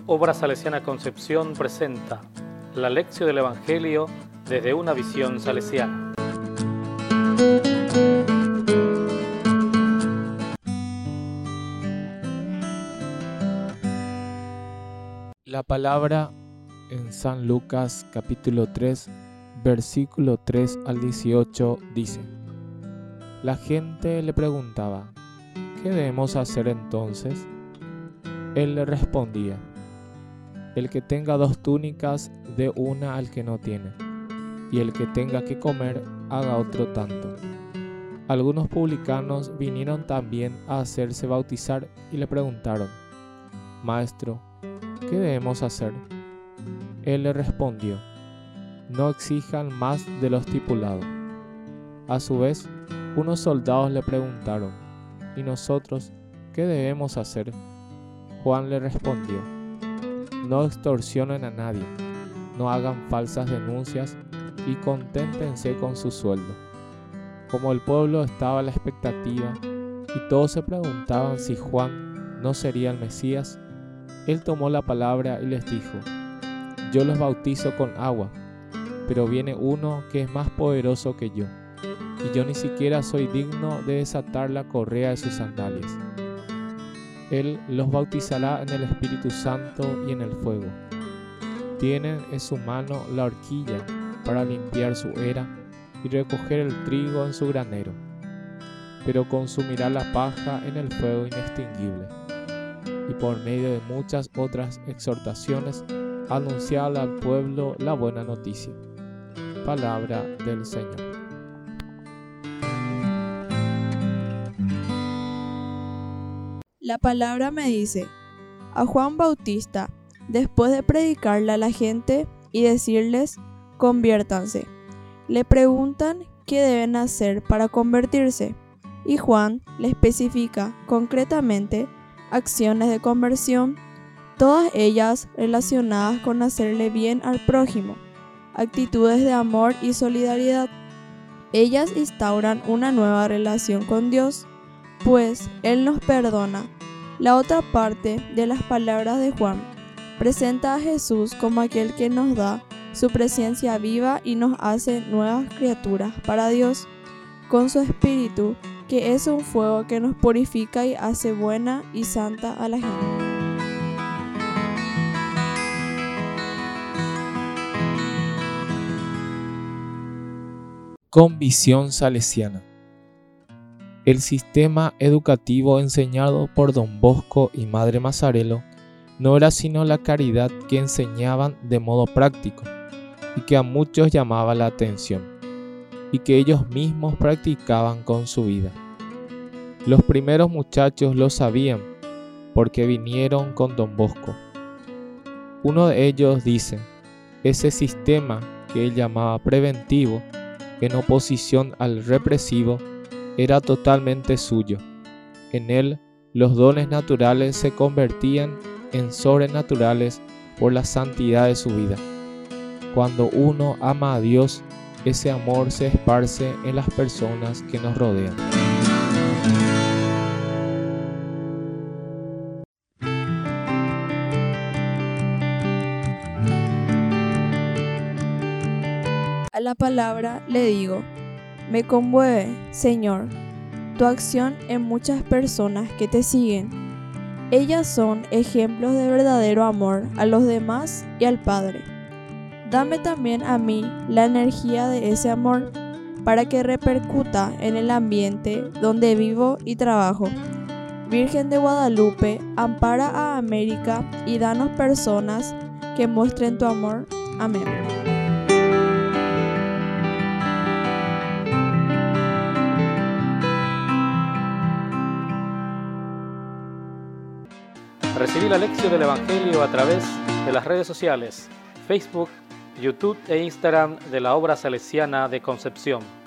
Obra Salesiana Concepción presenta la lección del Evangelio desde una visión salesiana. La palabra en San Lucas capítulo 3, versículo 3 al 18 dice: La gente le preguntaba: ¿qué debemos hacer entonces? Él le respondía: el que tenga 2 túnicas, dé una al que no tiene, y el que tenga que comer, haga otro tanto. Algunos publicanos vinieron también a hacerse bautizar y le preguntaron: Maestro, ¿qué debemos hacer? Él le respondió: no exijan más de lo estipulado. A su vez, unos soldados le preguntaron: ¿y nosotros qué debemos hacer? Juan le respondió: no extorsionen a nadie, no hagan falsas denuncias y conténtense con su sueldo. Como el pueblo estaba a la expectativa y todos se preguntaban si Juan no sería el Mesías, él tomó la palabra y les dijo: yo los bautizo con agua, pero viene uno que es más poderoso que yo, y yo ni siquiera soy digno de desatar la correa de sus sandalias. Él los bautizará en el Espíritu Santo y en el fuego. Tienen en su mano la horquilla para limpiar su era y recoger el trigo en su granero, pero consumirá la paja en el fuego inextinguible. Y por medio de muchas otras exhortaciones, anunciarle al pueblo la buena noticia. Palabra del Señor. La palabra me dice: a Juan Bautista, después de predicarle a la gente y decirles conviértanse, le preguntan qué deben hacer para convertirse, y Juan le especifica concretamente acciones de conversión, todas ellas relacionadas con hacerle bien al prójimo, actitudes de amor y solidaridad. Ellas instauran una nueva relación con Dios, pues Él nos perdona. La otra parte de las palabras de Juan presenta a Jesús como aquel que nos da su presencia viva y nos hace nuevas criaturas para Dios, con su Espíritu, que es un fuego que nos purifica y hace buena y santa a la gente. Con visión salesiana. El sistema educativo enseñado por Don Bosco y Madre Mazzarello no era sino la caridad que enseñaban de modo práctico y que a muchos llamaba la atención, y que ellos mismos practicaban con su vida. Los primeros muchachos lo sabían porque vinieron con Don Bosco. Uno de ellos dice: ese sistema que él llamaba preventivo, en oposición al represivo, era totalmente suyo. En él, los dones naturales se convertían en sobrenaturales por la santidad de su vida. Cuando uno ama a Dios, ese amor se esparce en las personas que nos rodean. A la palabra le digo: me conmueve, Señor, tu acción en muchas personas que te siguen. Ellas son ejemplos de verdadero amor a los demás y al Padre. Dame también a mí la energía de ese amor para que repercuta en el ambiente donde vivo y trabajo. Virgen de Guadalupe, ampara a América y danos personas que muestren tu amor. Amén. Recibí la lección del Evangelio a través de las redes sociales, Facebook, YouTube e Instagram de la Obra Salesiana de Concepción.